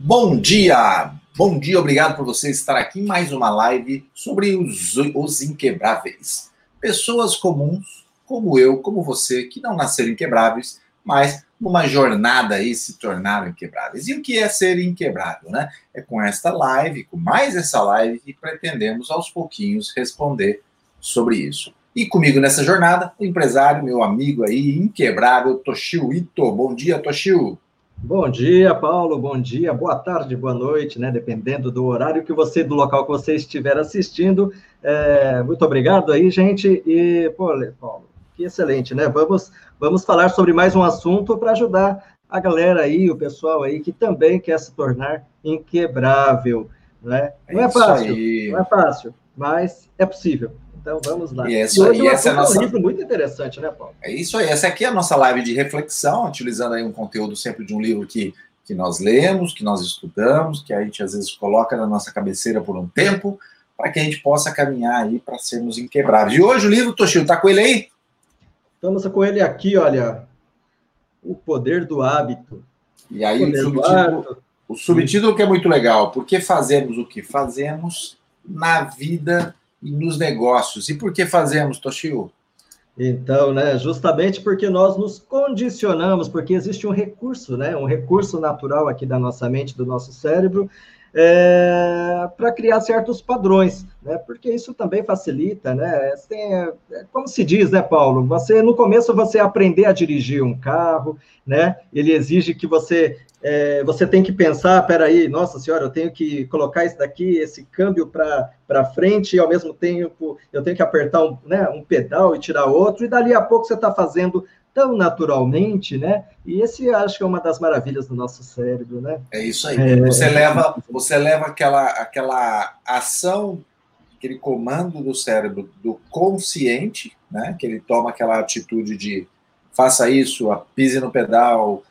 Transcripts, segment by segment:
Bom dia, obrigado por você estar aqui em mais uma live sobre os inquebráveis. Pessoas comuns, como eu, como você, que não nasceram inquebráveis, mas numa jornada aí se tornaram inquebráveis. E o que é ser inquebrável, né? É com esta live, com mais essa live, que pretendemos aos pouquinhos responder sobre isso. E comigo nessa jornada, o empresário, meu amigo aí, inquebrável, Toshio Ito. Bom dia, Toshio. Bom dia, Paulo, bom dia, boa tarde, boa noite, né? Dependendo do horário que você, do local que você estiver assistindo. Muito obrigado aí, gente. E, Paulo, que excelente, né? Vamos falar sobre mais um assunto para ajudar a galera aí, o pessoal aí que também quer se tornar inquebrável, né? Não é fácil, não é fácil, mas é possível. Então, vamos lá. E hoje essa é um livro muito interessante, né, Paulo? É isso aí. Essa aqui é a nossa live de reflexão, utilizando aí um conteúdo sempre de um livro que nós lemos, que nós estudamos, que a gente às vezes coloca na nossa cabeceira por um tempo, para que a gente possa caminhar aí para sermos inquebráveis. E hoje o livro, Toshio, tá com ele aí? Estamos com ele aqui, olha. O Poder do Hábito. E aí o subtítulo que é muito legal. Por que fazemos o que fazemos na vida e nos negócios? E por que fazemos, Toshio? Então, né, justamente porque nós nos condicionamos, porque existe um recurso, né, um recurso natural aqui da nossa mente, do nosso cérebro, para criar certos padrões, né, porque isso também facilita, né, como se diz, né, Paulo, no começo você aprender a dirigir um carro, né, ele exige que você tem que pensar, peraí, nossa senhora, eu tenho que colocar isso daqui, esse câmbio para frente, e ao mesmo tempo eu tenho que apertar um pedal e tirar outro, e dali a pouco você está fazendo tão naturalmente, né? E esse acho que é uma das maravilhas do nosso cérebro, né? É isso aí. Você leva aquela ação, aquele comando do cérebro do consciente, né? Que ele toma aquela atitude de faça isso, pise no pedal,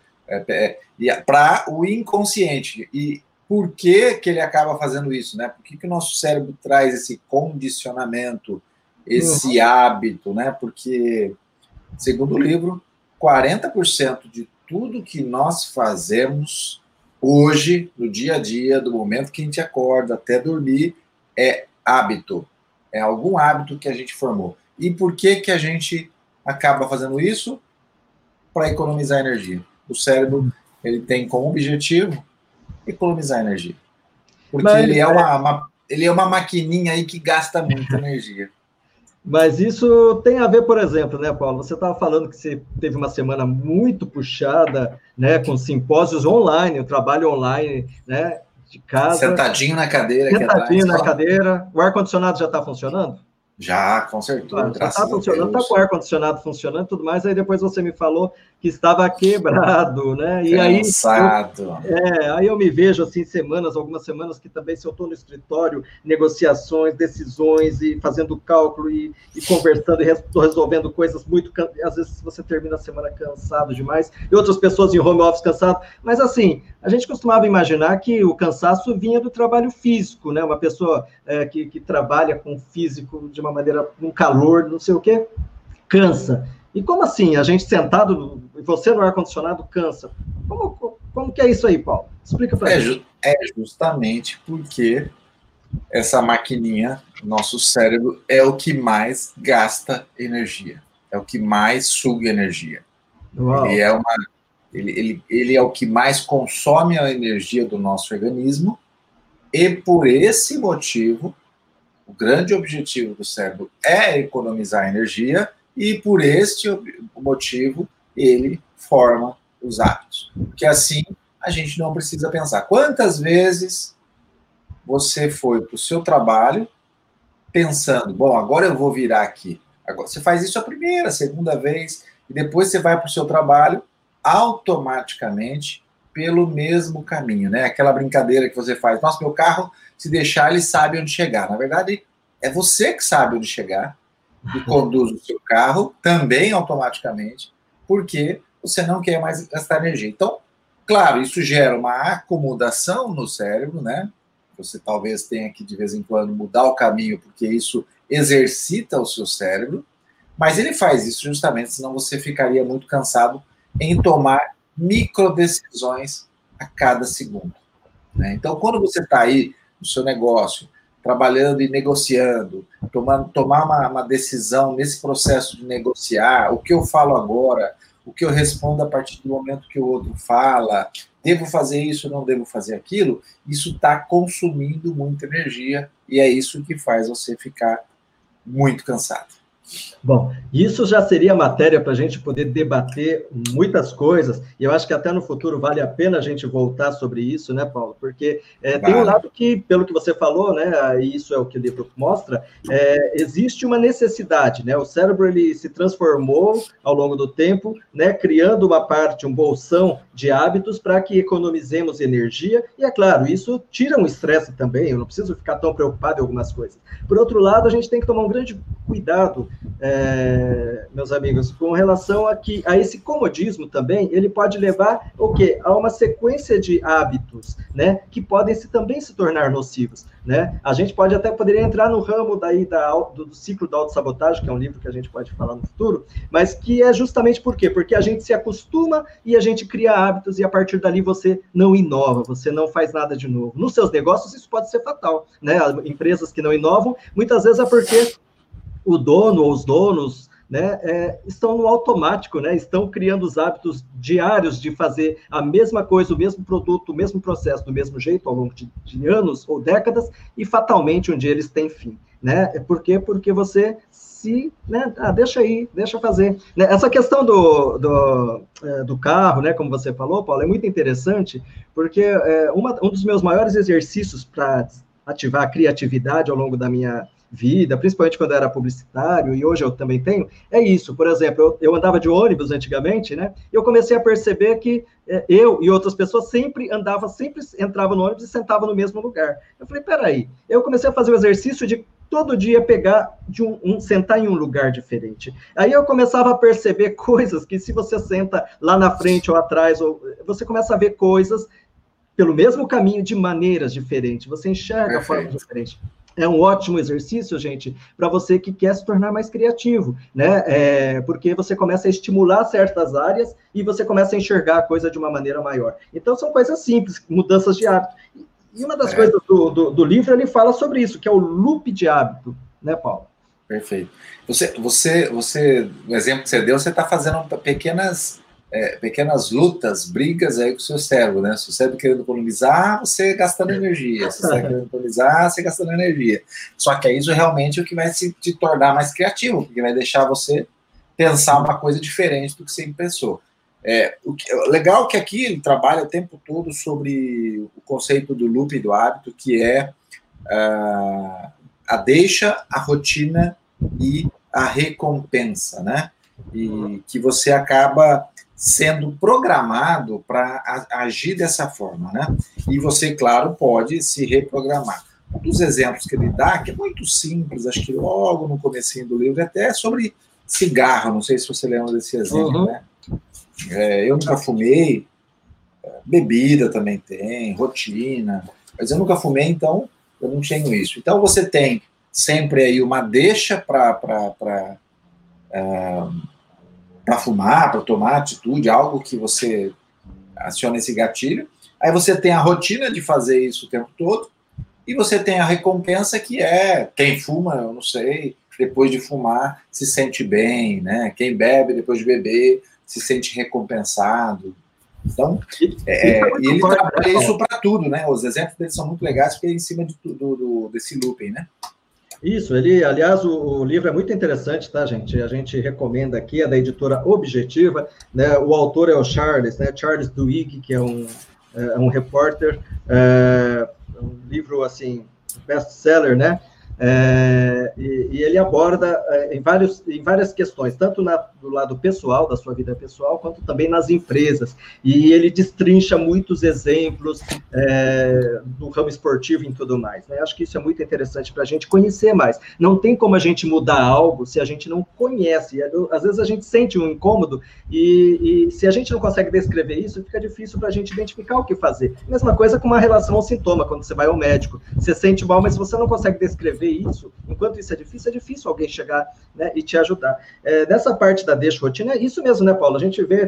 para o inconsciente. E por que ele acaba fazendo isso, né? Por que o nosso cérebro traz esse condicionamento, esse hábito, né? Porque, segundo o livro, 40% de tudo que nós fazemos hoje, no dia a dia, do momento que a gente acorda até dormir, é hábito. É algum hábito que a gente formou. E por que a gente acaba fazendo isso? Para economizar energia. O cérebro, ele tem como objetivo economizar energia. Porque ele é uma maquininha aí que gasta muita energia. Mas isso tem a ver, por exemplo, né, Paulo? Você estava falando que você teve uma semana muito puxada, né, com simpósios online, o trabalho online, né, de casa. Sentadinho na cadeira. Sentadinho na cadeira. O ar-condicionado já está funcionando? Já, consertou, graças a Deus. Está com o ar-condicionado funcionando e tudo mais, aí depois você me falou que estava quebrado, né? E cansado. Aí eu me vejo, assim, algumas semanas que também, se eu estou no escritório, negociações, decisões, e fazendo cálculo, e conversando, e estou resolvendo coisas muito... Às vezes você termina a semana cansado demais, e outras pessoas em home office cansado, mas assim, a gente costumava imaginar que o cansaço vinha do trabalho físico, né? Uma pessoa que trabalha com físico de uma maneira, um calor, não sei o quê, cansa. E como assim? A gente sentado, você no ar-condicionado cansa. Como que é isso aí, Paulo? Explica para mim. É justamente porque essa maquininha, nosso cérebro, é o que mais gasta energia. É o que mais suga energia. Uau. Ele é o que mais consome a energia do nosso organismo, e por esse motivo, o grande objetivo do cérebro é economizar energia, e por este motivo ele forma os hábitos. Porque assim a gente não precisa pensar. Quantas vezes você foi para o seu trabalho pensando, bom, agora eu vou virar aqui. Agora, você faz isso a primeira, a segunda vez, e depois você vai para o seu trabalho automaticamente pelo mesmo caminho, né? Aquela brincadeira que você faz, nossa, meu carro, se deixar, ele sabe onde chegar. Na verdade, é você que sabe onde chegar e conduz o seu carro também automaticamente, porque você não quer mais gastar energia. Então, claro, isso gera uma acomodação no cérebro, né? Você talvez tenha que, de vez em quando, mudar o caminho, porque isso exercita o seu cérebro, mas ele faz isso justamente, senão você ficaria muito cansado em tomar microdecisões a cada segundo. né? Então, quando você está aí no seu negócio, trabalhando e negociando, tomar uma decisão nesse processo de negociar, o que eu falo agora, o que eu respondo a partir do momento que o outro fala, devo fazer isso, não devo fazer aquilo, isso está consumindo muita energia e é isso que faz você ficar muito cansado. Bom, isso já seria matéria para a gente poder debater muitas coisas, e eu acho que até no futuro vale a pena a gente voltar sobre isso, né, Paulo? Porque tem um lado que, pelo que você falou, né, e isso é o que o livro mostra, existe uma necessidade, né? O cérebro, ele se transformou ao longo do tempo, né, criando uma parte, um bolsão de hábitos para que economizemos energia, e é claro, isso tira um estresse também, eu não preciso ficar tão preocupado em algumas coisas. Por outro lado, a gente tem que tomar um grande cuidado, meus amigos, com relação a esse comodismo também, ele pode levar o quê? A uma sequência de hábitos, né, que podem também se tornar nocivos, né? A gente poderia entrar no ramo daí do ciclo da autossabotagem, que é um livro que a gente pode falar no futuro, mas que é justamente por quê? Porque a gente se acostuma e a gente cria hábitos e a partir dali você não inova, você não faz nada de novo. Nos seus negócios isso pode ser fatal, né? Empresas que não inovam, muitas vezes é porque o dono ou os donos, né, estão no automático, né, estão criando os hábitos diários de fazer a mesma coisa, o mesmo produto, o mesmo processo, do mesmo jeito, ao longo de anos ou décadas, e fatalmente um dia eles têm fim. Né? Por quê? Porque você né, deixa aí, deixa fazer. Né? Essa questão do carro, né, como você falou, Paulo, é muito interessante, porque um dos meus maiores exercícios para ativar a criatividade ao longo da minha vida, principalmente quando eu era publicitário, e hoje eu também tenho, é isso. Por exemplo, eu andava de ônibus antigamente, né? E eu comecei a perceber que eu e outras pessoas sempre entrava no ônibus e sentava no mesmo lugar. Eu falei, peraí, eu comecei a fazer o exercício de todo dia pegar, sentar em um lugar diferente. Aí eu começava a perceber coisas que se você senta lá na frente ou atrás, você começa a ver coisas pelo mesmo caminho de maneiras diferentes, você enxerga formas diferentes. É um ótimo exercício, gente, para você que quer se tornar mais criativo, né? Porque você começa a estimular certas áreas e você começa a enxergar a coisa de uma maneira maior. Então, são coisas simples, mudanças de hábito. E uma das coisas do livro, ele fala sobre isso, que é o loop de hábito, né, Paulo? Perfeito. No exemplo que você deu, você está fazendo pequenas lutas, brigas aí com o seu cérebro, né? Se o cérebro querendo economizar, você gastando energia. Se você querendo economizar, você gastando energia. Só que isso realmente é o que vai te tornar mais criativo, porque vai deixar você pensar uma coisa diferente do que você pensou. Legal que aqui ele trabalha o tempo todo sobre o conceito do loop do hábito, que é a deixa, a rotina e a recompensa, né? E que você acaba sendo programado para agir dessa forma, né? E você, claro, pode se reprogramar. Um dos exemplos que ele dá, que é muito simples, acho que logo no comecinho do livro, até sobre cigarro, não sei se você lembra desse exemplo, né? Eu nunca fumei, bebida também tem, rotina, mas eu nunca fumei, então eu não tenho isso. Então você tem sempre aí uma deixa para fumar, para tomar atitude, algo que você aciona esse gatilho. Aí você tem a rotina de fazer isso o tempo todo, e você tem a recompensa, que quem fuma, eu não sei, depois de fumar se sente bem, né? Quem bebe depois de beber se sente recompensado. Então, ele trabalha isso para tudo, né? Os exemplos dele são muito legais, porque é em cima desse looping, né? Isso, aliás, o livro é muito interessante, tá, gente? A gente recomenda aqui, é da editora Objetiva, né? O autor é o Charles, né? Charles Duhigg, que é um repórter, um livro, assim, best-seller, né? E ele aborda em várias questões, tanto do lado pessoal, da sua vida pessoal, quanto também nas empresas. E ele destrincha muitos exemplos do ramo esportivo e tudo mais. Né? Acho que isso é muito interessante para a gente conhecer mais. Não tem como a gente mudar algo se a gente não conhece. Às vezes a gente sente um incômodo e se a gente não consegue descrever isso, fica difícil para a gente identificar o que fazer. Mesma coisa com uma relação ao sintoma, quando você vai ao médico. Você sente mal, mas você não consegue descrever isso, enquanto isso é difícil alguém chegar, né, e te ajudar. Nessa parte da deixa rotina, é isso mesmo, né, Paulo? A gente vê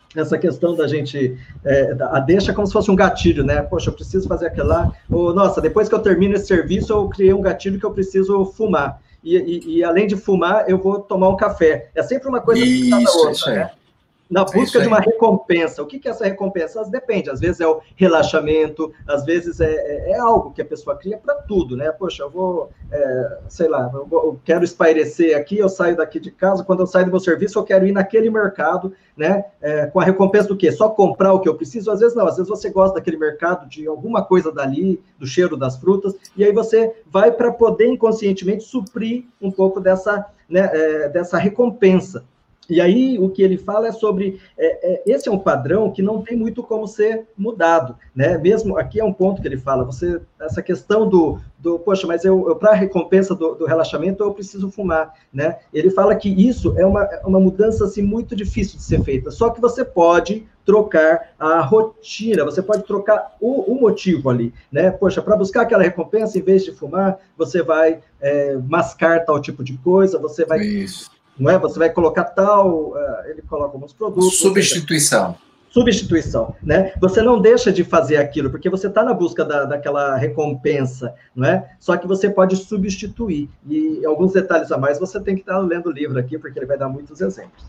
essa questão da gente, a deixa como se fosse um gatilho, né? Poxa, eu preciso fazer aquilo lá. Ou, nossa, depois que eu termino esse serviço, eu criei um gatilho que eu preciso fumar. E além de fumar, eu vou tomar um café. É sempre uma coisa puxada a outra, né? Na busca de uma recompensa. O que é essa recompensa? Depende, às vezes é o relaxamento, às vezes é algo que a pessoa cria para tudo, né? Poxa, eu vou, sei lá, eu quero espairecer aqui, eu saio daqui de casa, quando eu saio do meu serviço, eu quero ir naquele mercado, né? Com a recompensa do quê? Só comprar o que eu preciso? Às vezes não, às vezes você gosta daquele mercado, de alguma coisa dali, do cheiro das frutas, e aí você vai para poder inconscientemente suprir um pouco dessa, né, dessa recompensa. E aí, o que ele fala é sobre, esse é um padrão que não tem muito como ser mudado, né? Mesmo, aqui é um ponto que ele fala, essa questão poxa, mas para a recompensa do relaxamento, eu preciso fumar, né? Ele fala que isso é uma mudança, assim, muito difícil de ser feita, só que você pode trocar a rotina, você pode trocar o motivo ali, né? Poxa, para buscar aquela recompensa, em vez de fumar, você vai mascar tal tipo de coisa, você vai... Isso. Não é? Você vai colocar tal, ele coloca alguns produtos. Substituição, né? Você não deixa de fazer aquilo, porque você está na busca daquela recompensa, não é? Só que você pode substituir. E alguns detalhes a mais você tem que estar lendo o livro aqui, porque ele vai dar muitos exemplos.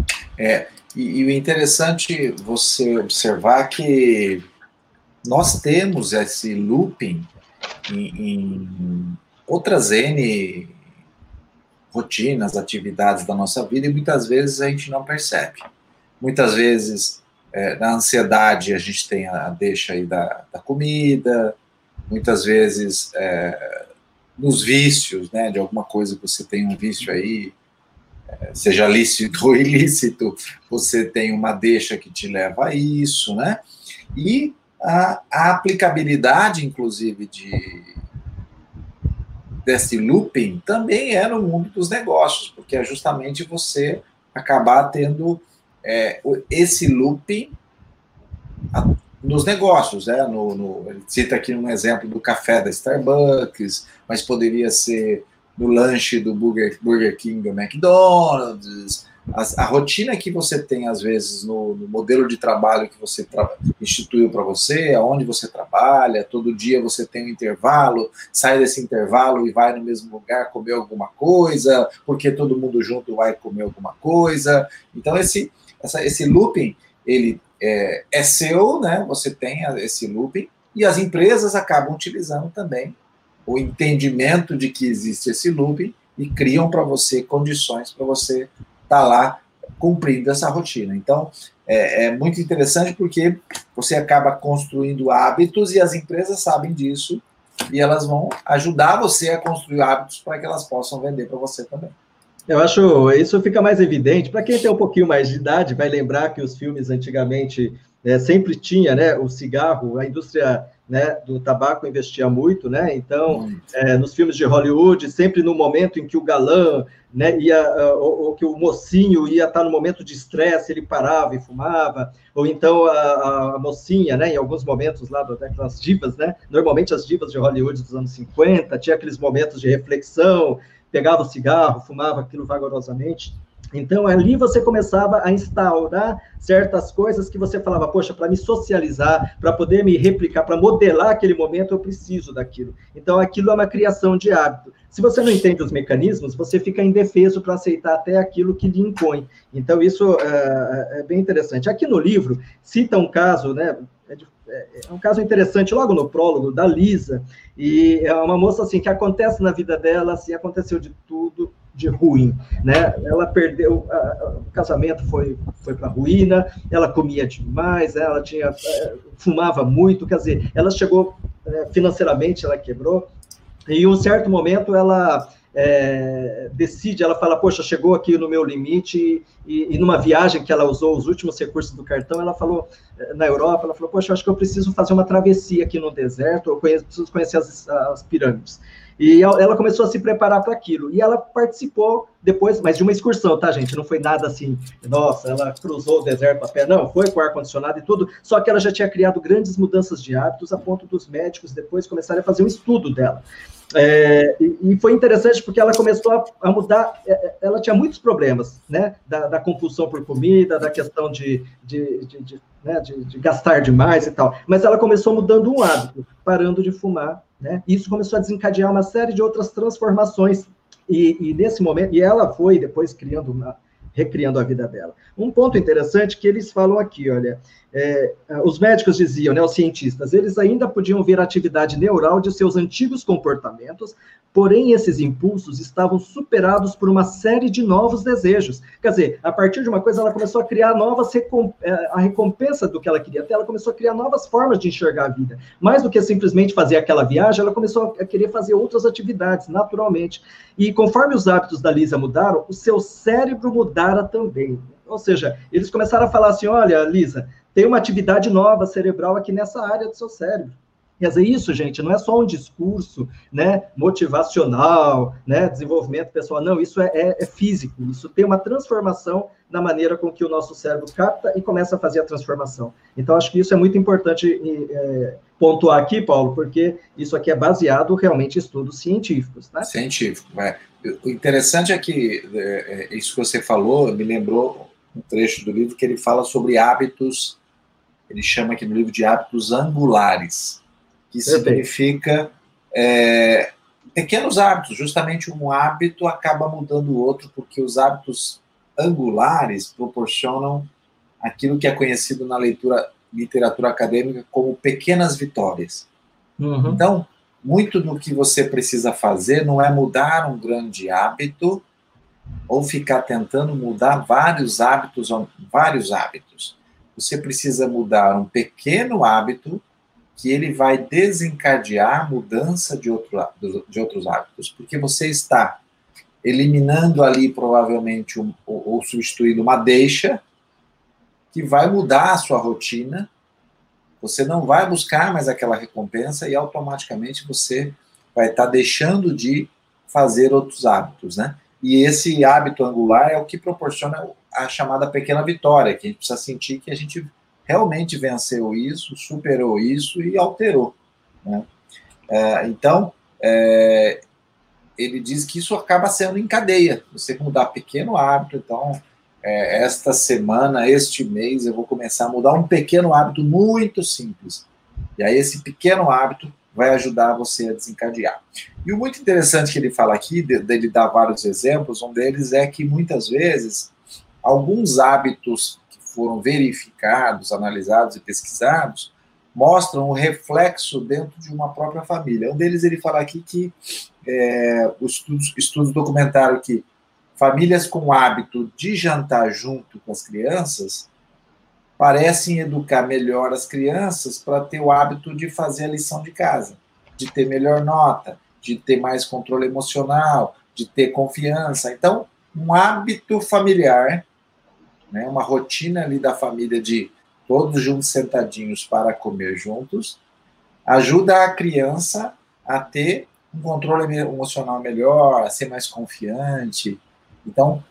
E o interessante você observar que nós temos esse looping em outras N rotinas, atividades da nossa vida, e muitas vezes a gente não percebe. Muitas vezes, na ansiedade, a gente tem a deixa aí da comida, muitas vezes nos vícios, né, de alguma coisa que você tem um vício aí, seja lícito ou ilícito, você tem uma deixa que te leva a isso, né? E a aplicabilidade, inclusive, desse looping também é no mundo dos negócios, porque é justamente você acabar tendo esse looping nos negócios, né? Ele cita aqui um exemplo do café da Starbucks, mas poderia ser no lanche do Burger King, do McDonald's, a rotina que você tem, às vezes, no modelo de trabalho que você instituiu para você, aonde você trabalha, todo dia você tem um intervalo, sai desse intervalo e vai no mesmo lugar comer alguma coisa, porque todo mundo junto vai comer alguma coisa. Então, esse looping, ele é seu, né? Você tem esse looping, e as empresas acabam utilizando também o entendimento de que existe esse looping e criam para você condições para você estar lá cumprindo essa rotina. Então, é muito interessante porque você acaba construindo hábitos e as empresas sabem disso e elas vão ajudar você a construir hábitos para que elas possam vender para você também. Eu acho, isso fica mais evidente. Para quem tem um pouquinho mais de idade, vai lembrar que os filmes antigamente sempre tinha, né, o cigarro, a indústria, né, do tabaco investia muito, né? Então, nos filmes de Hollywood, sempre no momento em que o galã, né, ou que o mocinho ia estar no momento de estresse, ele parava e fumava, ou então a mocinha, né, em alguns momentos lá daquelas divas, né? Normalmente as divas de Hollywood dos anos 50, tinha aqueles momentos de reflexão, pegava o cigarro, fumava aquilo vagarosamente. Então, ali você começava a instaurar certas coisas que você falava, poxa, para me socializar, para poder me replicar, para modelar aquele momento, eu preciso daquilo. Então, aquilo é uma criação de hábito. Se você não entende os mecanismos, você fica indefeso para aceitar até aquilo que lhe impõe. Então, isso é bem interessante. Aqui no livro, cita um caso, né? É um caso interessante, logo no prólogo, da Lisa, e é uma moça, assim, que acontece na vida dela, assim, aconteceu de tudo de ruim, né? Ela perdeu, o casamento foi para a ruína, ela comia demais, ela fumava muito, quer dizer, ela chegou, financeiramente, ela quebrou, e em um certo momento ela decide, ela fala, poxa, chegou aqui no meu limite, e numa viagem que ela usou os últimos recursos do cartão, ela falou, na Europa, ela falou, poxa, eu acho que eu preciso fazer uma travessia aqui no deserto, eu preciso conhecer as pirâmides. E ela começou a se preparar para aquilo. E ela participou depois, mas de uma excursão, tá, gente? Não foi nada assim, nossa, ela cruzou o deserto a pé. Não, foi com ar-condicionado e tudo. Só que ela já tinha criado grandes mudanças de hábitos a ponto dos médicos depois começarem a fazer um estudo dela. E foi interessante porque ela começou a mudar, ela tinha muitos problemas, né, da compulsão por comida, da questão de gastar demais e tal, mas ela começou mudando um hábito, parando de fumar, né, e isso começou a desencadear uma série de outras transformações, e nesse momento, e ela foi depois recriando a vida dela. Um ponto interessante que eles falam aqui, olha, os médicos diziam, né, os cientistas, eles ainda podiam ver a atividade neural de seus antigos comportamentos, porém esses impulsos estavam superados por uma série de novos desejos. Quer dizer, a partir de uma coisa, ela começou a criar a recompensa do que ela queria ter, ela começou a criar novas formas de enxergar a vida. Mais do que simplesmente fazer aquela viagem, ela começou a querer fazer outras atividades, naturalmente. E conforme os hábitos da Lisa mudaram, o seu cérebro mudara também. Ou seja, eles começaram a falar assim, olha, Lisa, tem uma atividade nova cerebral aqui nessa área do seu cérebro. Quer dizer, isso, gente, não é só um discurso, né, motivacional, né, desenvolvimento pessoal, não, isso é físico, isso tem uma transformação na maneira com que o nosso cérebro capta e começa a fazer a transformação. Então, acho que isso é muito importante pontuar aqui, Paulo, porque isso aqui é baseado realmente em estudos científicos. Né? Científico, O interessante é que isso que você falou me lembrou um trecho do livro que ele fala sobre hábitos, ele chama aqui no livro de hábitos angulares, que significa pequenos hábitos. Justamente um hábito acaba mudando o outro, porque os hábitos angulares proporcionam aquilo que é conhecido na literatura acadêmica como pequenas vitórias. Uhum. Então, muito do que você precisa fazer não é mudar um grande hábito ou ficar tentando mudar vários hábitos. Você precisa mudar um pequeno hábito que ele vai desencadear a mudança de outros hábitos, porque você está eliminando ali, provavelmente, ou substituindo uma deixa que vai mudar a sua rotina, você não vai buscar mais aquela recompensa e automaticamente você vai estar deixando de fazer outros hábitos, né? E esse hábito angular é o que proporciona a chamada pequena vitória, que a gente precisa sentir que a gente realmente venceu isso, superou isso e alterou. Né? Então, ele diz que isso acaba sendo em cadeia. Você mudar pequeno hábito, então, esta semana, este mês, eu vou começar a mudar um pequeno hábito muito simples. E aí esse pequeno hábito vai ajudar você a desencadear. E o muito interessante que ele fala aqui, dele dar vários exemplos, um deles é que muitas vezes alguns hábitos que foram verificados, analisados e pesquisados mostram o reflexo dentro de uma própria família. Um deles ele fala aqui que os estudos documentaram que famílias com hábito de jantar junto com as crianças parecem educar melhor as crianças para ter o hábito de fazer a lição de casa, de ter melhor nota, de ter mais controle emocional, de ter confiança. Então, um hábito familiar, né, uma rotina ali da família de todos juntos sentadinhos para comer juntos, ajuda a criança a ter um controle emocional melhor, a ser mais confiante. Então,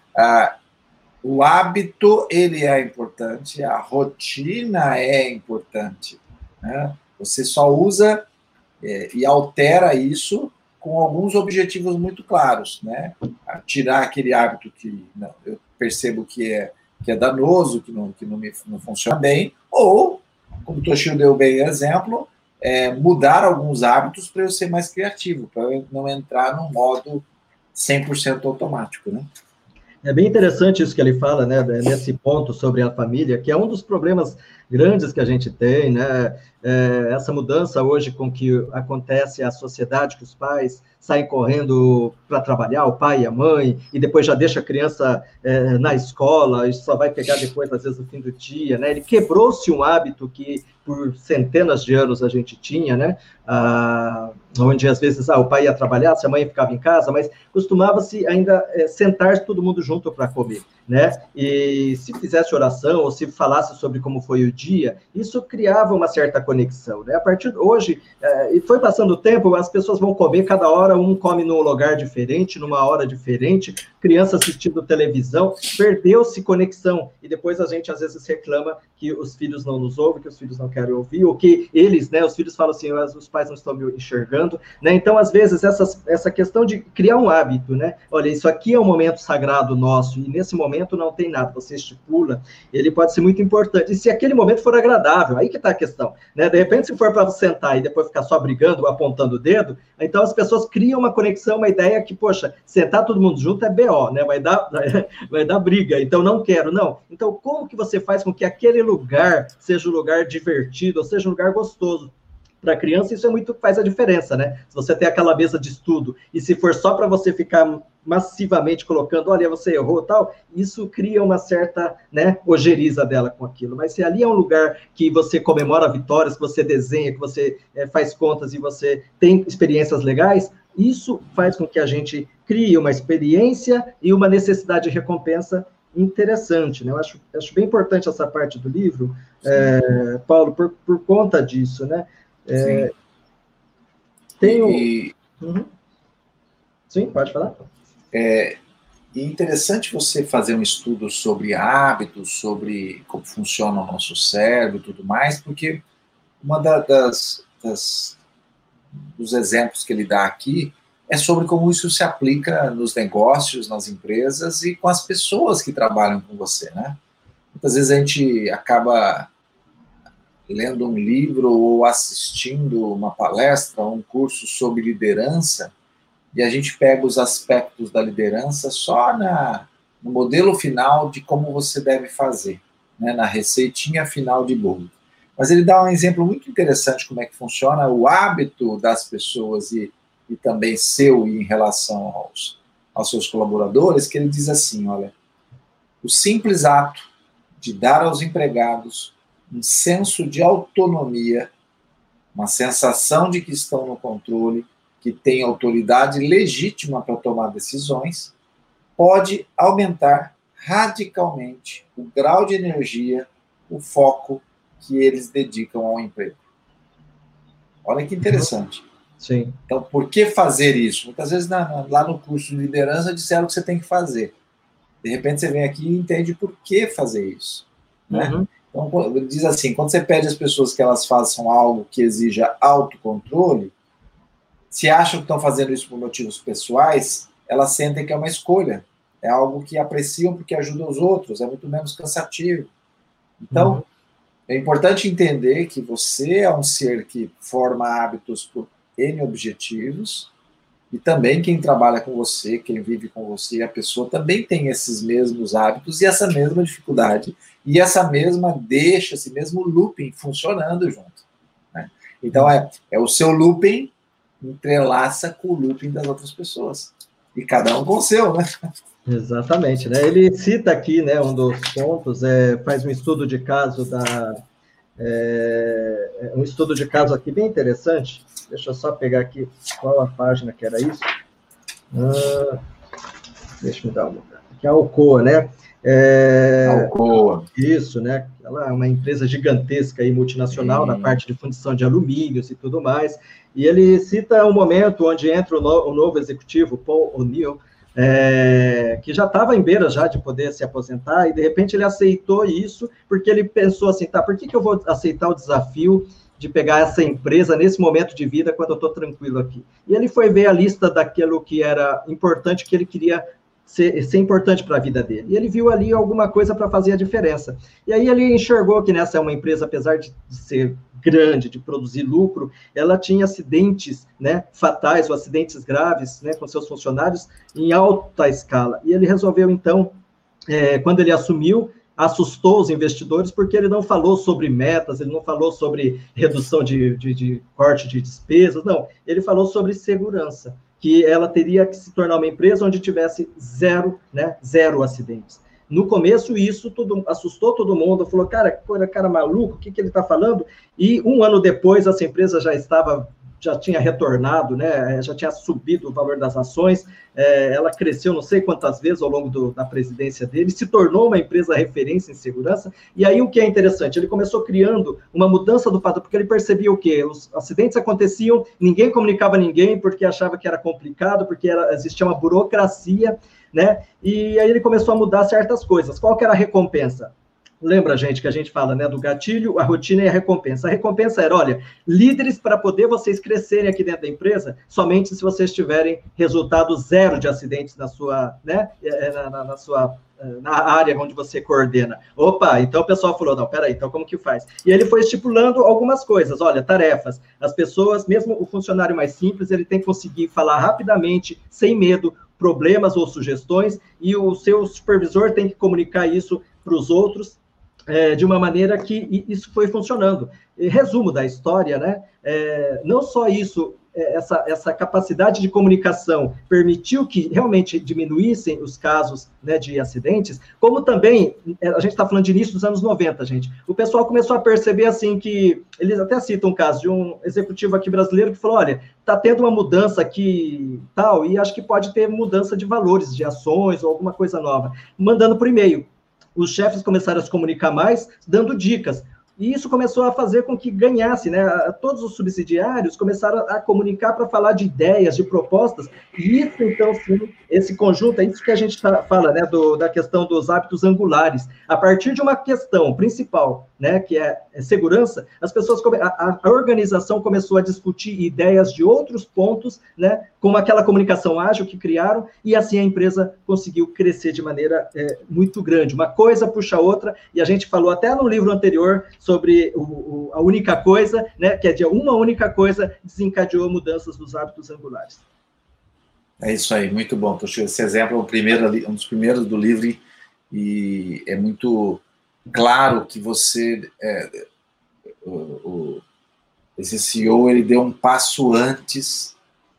o hábito, ele é importante, a rotina é importante. Né? Você só usa e altera isso com alguns objetivos muito claros. Né? Tirar aquele hábito que eu percebo que é danoso, que não funciona bem, ou, como o Toshio deu bem exemplo, mudar alguns hábitos para eu ser mais criativo, para eu não entrar num modo 100% automático, né? É bem interessante isso que ele fala, né, nesse ponto sobre a família, que é um dos problemas grandes que a gente tem, né, essa mudança hoje com que acontece a sociedade, que os pais saem correndo para trabalhar, o pai e a mãe, e depois já deixa a criança na escola, e só vai pegar depois, às vezes, no fim do dia, né, ele quebrou-se um hábito que por centenas de anos a gente tinha, né, onde às vezes o pai ia trabalhar, se a mãe ficava em casa, mas costumava-se ainda sentar todo mundo junto para comer, né, e se fizesse oração, ou se falasse sobre como foi o dia, isso criava uma certa conexão, né, a partir de hoje, e foi passando o tempo, as pessoas vão comer, cada hora um come num lugar diferente, numa hora diferente, criança assistindo televisão, perdeu-se conexão, e depois a gente às vezes reclama que os filhos não nos ouvem, que os filhos não querem ouvir, ou que eles, né, os filhos falam assim, os pais não estão me enxergando, colocando, né? Então, às vezes, essa questão de criar um hábito, né? Olha, isso aqui é um momento sagrado nosso, e nesse momento não tem nada, você estipula, ele pode ser muito importante. E se aquele momento for agradável, aí que está a questão, né? De repente, se for para sentar e depois ficar só brigando, apontando o dedo, então as pessoas criam uma conexão, uma ideia que, poxa, sentar todo mundo junto é BO, né? Vai dar briga, então não quero, não. Então, como que você faz com que aquele lugar seja um lugar divertido, ou seja um lugar gostoso? Para a criança, isso é muito que faz a diferença, né? Se você tem aquela mesa de estudo, e se for só para você ficar massivamente colocando, olha, você errou, tal, isso cria uma certa, né, ojeriza dela com aquilo. Mas se ali é um lugar que você comemora vitórias, que você desenha, que você faz contas e você tem experiências legais, isso faz com que a gente crie uma experiência e uma necessidade de recompensa interessante, né? Eu acho bem importante essa parte do livro, Paulo, por conta disso, né? Uhum. Sim, pode falar. É interessante você fazer um estudo sobre hábitos, sobre como funciona o nosso cérebro e tudo mais, porque uma dos exemplos que ele dá aqui é sobre como isso se aplica nos negócios, nas empresas e com as pessoas que trabalham com você, né? Muitas vezes a gente acaba lendo um livro ou assistindo uma palestra ou um curso sobre liderança e a gente pega os aspectos da liderança só no modelo final de como você deve fazer, né? Na receitinha final de bolo. Mas ele dá um exemplo muito interessante como é que funciona o hábito das pessoas e também seu em relação aos seus colaboradores, que ele diz assim, olha, o simples ato de dar aos empregados um senso de autonomia, uma sensação de que estão no controle, que têm autoridade legítima para tomar decisões, pode aumentar radicalmente o grau de energia, o foco que eles dedicam ao emprego. Olha que interessante. Sim. Então, por que fazer isso? Muitas vezes lá no curso de liderança disseram que você tem que fazer. De repente você vem aqui e entende por que fazer isso, né? Uhum. Então, diz assim, quando você pede às pessoas que elas façam algo que exija autocontrole, se acham que estão fazendo isso por motivos pessoais, elas sentem que é uma escolha. É algo que apreciam porque ajuda os outros, é muito menos cansativo. Então, é importante entender que você é um ser que forma hábitos por N objetivos, e também quem trabalha com você, quem vive com você, a pessoa também tem esses mesmos hábitos e essa mesma dificuldade, e essa mesma deixa, esse mesmo looping funcionando junto, né? Então, é o seu looping entrelaça com o looping das outras pessoas. E cada um com o seu, né? Exatamente, né? Ele cita aqui, né, um dos pontos, faz um estudo de caso um estudo de caso aqui bem interessante. Deixa eu só pegar aqui qual a página que era isso. Deixa eu dar uma olhada. Aqui é a Alcoa, né? Alcoa. Isso, né? Ela é uma empresa gigantesca e multinacional na parte de fundição de alumínios e tudo mais. E ele cita um momento onde entra o novo executivo, Paul O'Neill, que já estava em beira já de poder se aposentar, e de repente ele aceitou isso, porque ele pensou assim, tá, por que eu vou aceitar o desafio de pegar essa empresa nesse momento de vida, quando eu estou tranquilo aqui? E ele foi ver a lista daquilo que era importante, que ele queria ser importante para a vida dele. E ele viu ali alguma coisa para fazer a diferença. E aí ele enxergou que nessa é uma empresa, apesar de ser grande, de produzir lucro, ela tinha acidentes, né, fatais ou acidentes graves, né, com seus funcionários em alta escala. E ele resolveu, então, quando ele assumiu, assustou os investidores, porque ele não falou sobre metas, ele não falou sobre redução de corte de despesas, não. Ele falou sobre segurança, que ela teria que se tornar uma empresa onde tivesse zero acidentes. No começo, isso tudo assustou todo mundo, falou, cara maluco, o que ele está falando? E um ano depois, essa empresa já tinha retornado, né, já tinha subido o valor das ações, ela cresceu não sei quantas vezes ao longo da presidência dele, se tornou uma empresa referência em segurança, e aí o que é interessante, ele começou criando uma mudança do padrão, porque ele percebia o quê? Os acidentes aconteciam, ninguém comunicava a ninguém, porque achava que era complicado, porque existia uma burocracia, né, e aí ele começou a mudar certas coisas. Qual que era a recompensa? Lembra, gente, que a gente fala, né, do gatilho, a rotina e a recompensa. A recompensa era, olha, líderes para poder vocês crescerem aqui dentro da empresa, somente se vocês tiverem resultado zero de acidentes na sua, né, na área onde você coordena. Opa, então o pessoal falou, não, peraí, então como que faz? E ele foi estipulando algumas coisas, olha, tarefas. As pessoas, mesmo o funcionário mais simples, ele tem que conseguir falar rapidamente, sem medo, problemas ou sugestões, e o seu supervisor tem que comunicar isso para os outros, de uma maneira que isso foi funcionando. E, resumo da história, né? Não só isso, essa capacidade de comunicação permitiu que realmente diminuíssem os casos, né, de acidentes, como também, a gente está falando de início dos anos 90, gente, o pessoal começou a perceber, assim, que, eles até citam um caso de um executivo aqui brasileiro que falou, olha, está tendo uma mudança aqui, tal, e acho que pode ter mudança de valores, de ações, ou alguma coisa nova, mandando por e-mail. Os chefes começaram a se comunicar mais, dando dicas. E isso começou a fazer com que ganhasse, né? Todos os subsidiários começaram a comunicar para falar de ideias, de propostas, e isso, então, sim, esse conjunto, é isso que a gente fala, né, da questão dos hábitos angulares. A partir de uma questão principal, né, que é segurança, as pessoas, a organização começou a discutir ideias de outros pontos, né, com aquela comunicação ágil que criaram, e assim a empresa conseguiu crescer de maneira muito grande. Uma coisa puxa a outra, e a gente falou até no livro anterior sobre a única coisa, né, que é de uma única coisa desencadeou mudanças dos hábitos angulares. É isso aí, muito bom. Esse exemplo é um dos primeiros do livro, e é muito claro que você, esse CEO, ele deu um passo antes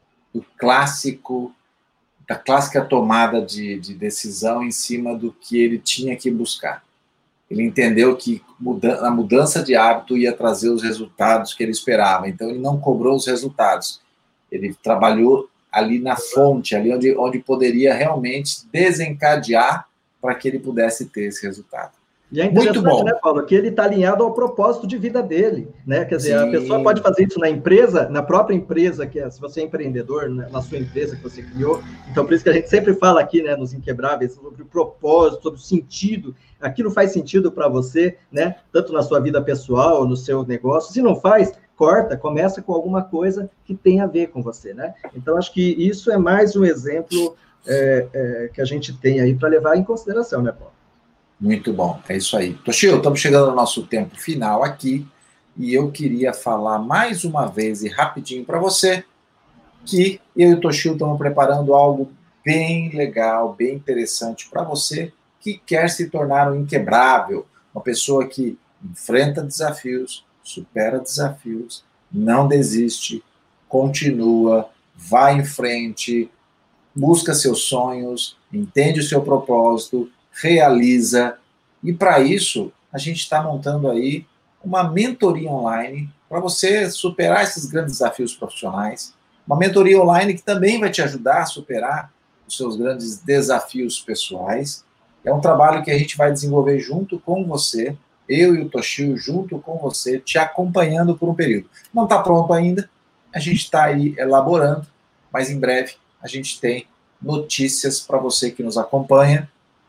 da clássica tomada de decisão em cima do que ele tinha que buscar. Ele entendeu que a mudança de hábito ia trazer os resultados que ele esperava, então ele não cobrou os resultados. Ele trabalhou ali na fonte, ali onde poderia realmente desencadear para que ele pudesse ter esse resultado. E é interessante, né, Paulo, que ele está alinhado ao propósito de vida dele, né? Quer dizer, sim, a pessoa pode fazer isso na empresa, na própria empresa, que se você é empreendedor, né, na sua empresa que você criou. Então, por isso que a gente sempre fala aqui, né, nos Inquebráveis, sobre o propósito, sobre o sentido. Aquilo faz sentido para você, né? Tanto na sua vida pessoal, no seu negócio. Se não faz, corta, começa com alguma coisa que tem a ver com você, né? Então, acho que isso é mais um exemplo que a gente tem aí para levar em consideração, né, Paulo? Muito bom, é isso aí. Toshio, estamos chegando ao nosso tempo final aqui, e eu queria falar mais uma vez e rapidinho para você que eu e o Toshio estamos preparando algo bem legal, bem interessante para você que quer se tornar um inquebrável, uma pessoa que enfrenta desafios, supera desafios, não desiste, continua, vai em frente, busca seus sonhos, entende o seu propósito, realiza, e para isso a gente está montando aí uma mentoria online para você superar esses grandes desafios profissionais, uma mentoria online que também vai te ajudar a superar os seus grandes desafios pessoais. É um trabalho que a gente vai desenvolver junto com você, eu e o Toshio junto com você, te acompanhando por um período. Não está pronto ainda, a gente está aí elaborando, mas em breve a gente tem notícias para você que nos acompanha.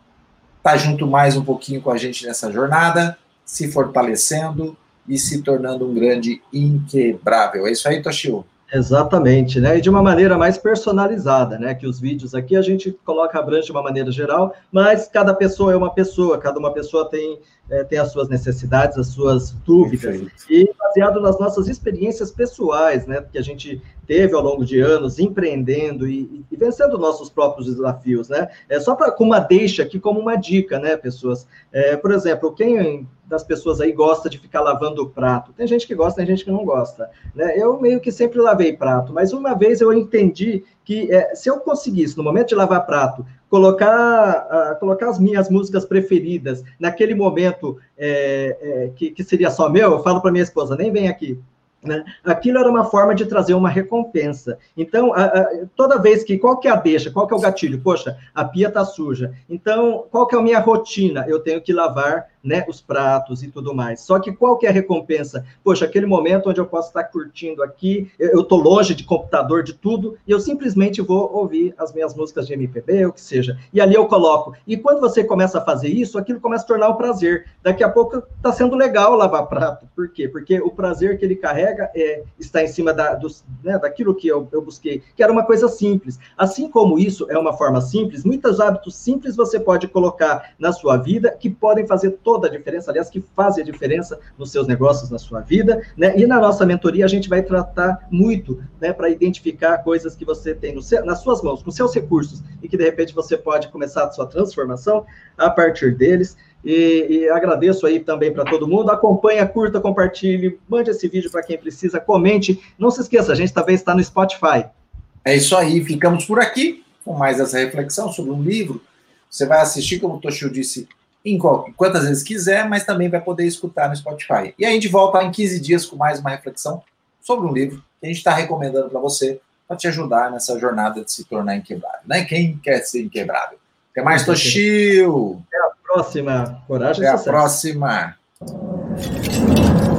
Tá junto mais um pouquinho com a gente nessa jornada, se fortalecendo e se tornando um grande inquebrável. É isso aí, Toshio? Exatamente, né? E de uma maneira mais personalizada, né? Que os vídeos aqui a gente coloca, abrange de uma maneira geral, mas cada pessoa é uma pessoa, cada uma pessoa tem as suas necessidades, as suas dúvidas. Perfeito. E baseado nas nossas experiências pessoais, né? Que a gente teve ao longo de anos, empreendendo e vencendo nossos próprios desafios, né? Só com uma deixa aqui como uma dica, né, pessoas? Por exemplo, quem das pessoas aí gosta de ficar lavando o prato? Tem gente que gosta, tem gente que não gosta, né? Eu meio que sempre lavei prato, mas uma vez eu entendi que se eu conseguisse, no momento de lavar prato, colocar as minhas músicas preferidas naquele momento que seria só meu, eu falo para minha esposa, nem vem aqui, né? Aquilo era uma forma de trazer uma recompensa. Então, toda vez qual que é a deixa, qual que é o gatilho? Poxa, a pia está suja. Então, qual que é a minha rotina? Eu tenho que lavar né, os pratos e tudo mais. Só que qual que é a recompensa? Poxa, aquele momento onde eu posso estar curtindo aqui, eu estou longe de computador, de tudo, e eu simplesmente vou ouvir as minhas músicas de MPB, o que seja. E ali eu coloco. E quando você começa a fazer isso, aquilo começa a tornar um prazer. Daqui a pouco está sendo legal lavar prato. Por quê? Porque o prazer que ele carrega está em cima daquilo que eu busquei, que era uma coisa simples. Assim como isso é uma forma simples, muitos hábitos simples você pode colocar na sua vida que podem fazer toda a diferença, aliás, que fazem a diferença nos seus negócios, na sua vida, né? E na nossa mentoria a gente vai tratar muito, né, para identificar coisas que você tem nas suas mãos, com seus recursos, e que de repente você pode começar a sua transformação a partir deles. E agradeço aí também para todo mundo. Acompanha, curta, compartilhe, mande esse vídeo para quem precisa, comente. Não se esqueça, a gente também está no Spotify. É isso aí, ficamos por aqui com mais essa reflexão sobre um livro. Você vai assistir, como o Toshio disse, quantas vezes quiser, mas também vai poder escutar no Spotify. E a gente volta em 15 dias com mais uma reflexão sobre um livro que a gente está recomendando para você, para te ajudar nessa jornada de se tornar inquebrável. Né? Quem quer ser inquebrável? Até mais, Toshio! Até a próxima. Coragem e sucesso. Até a próxima.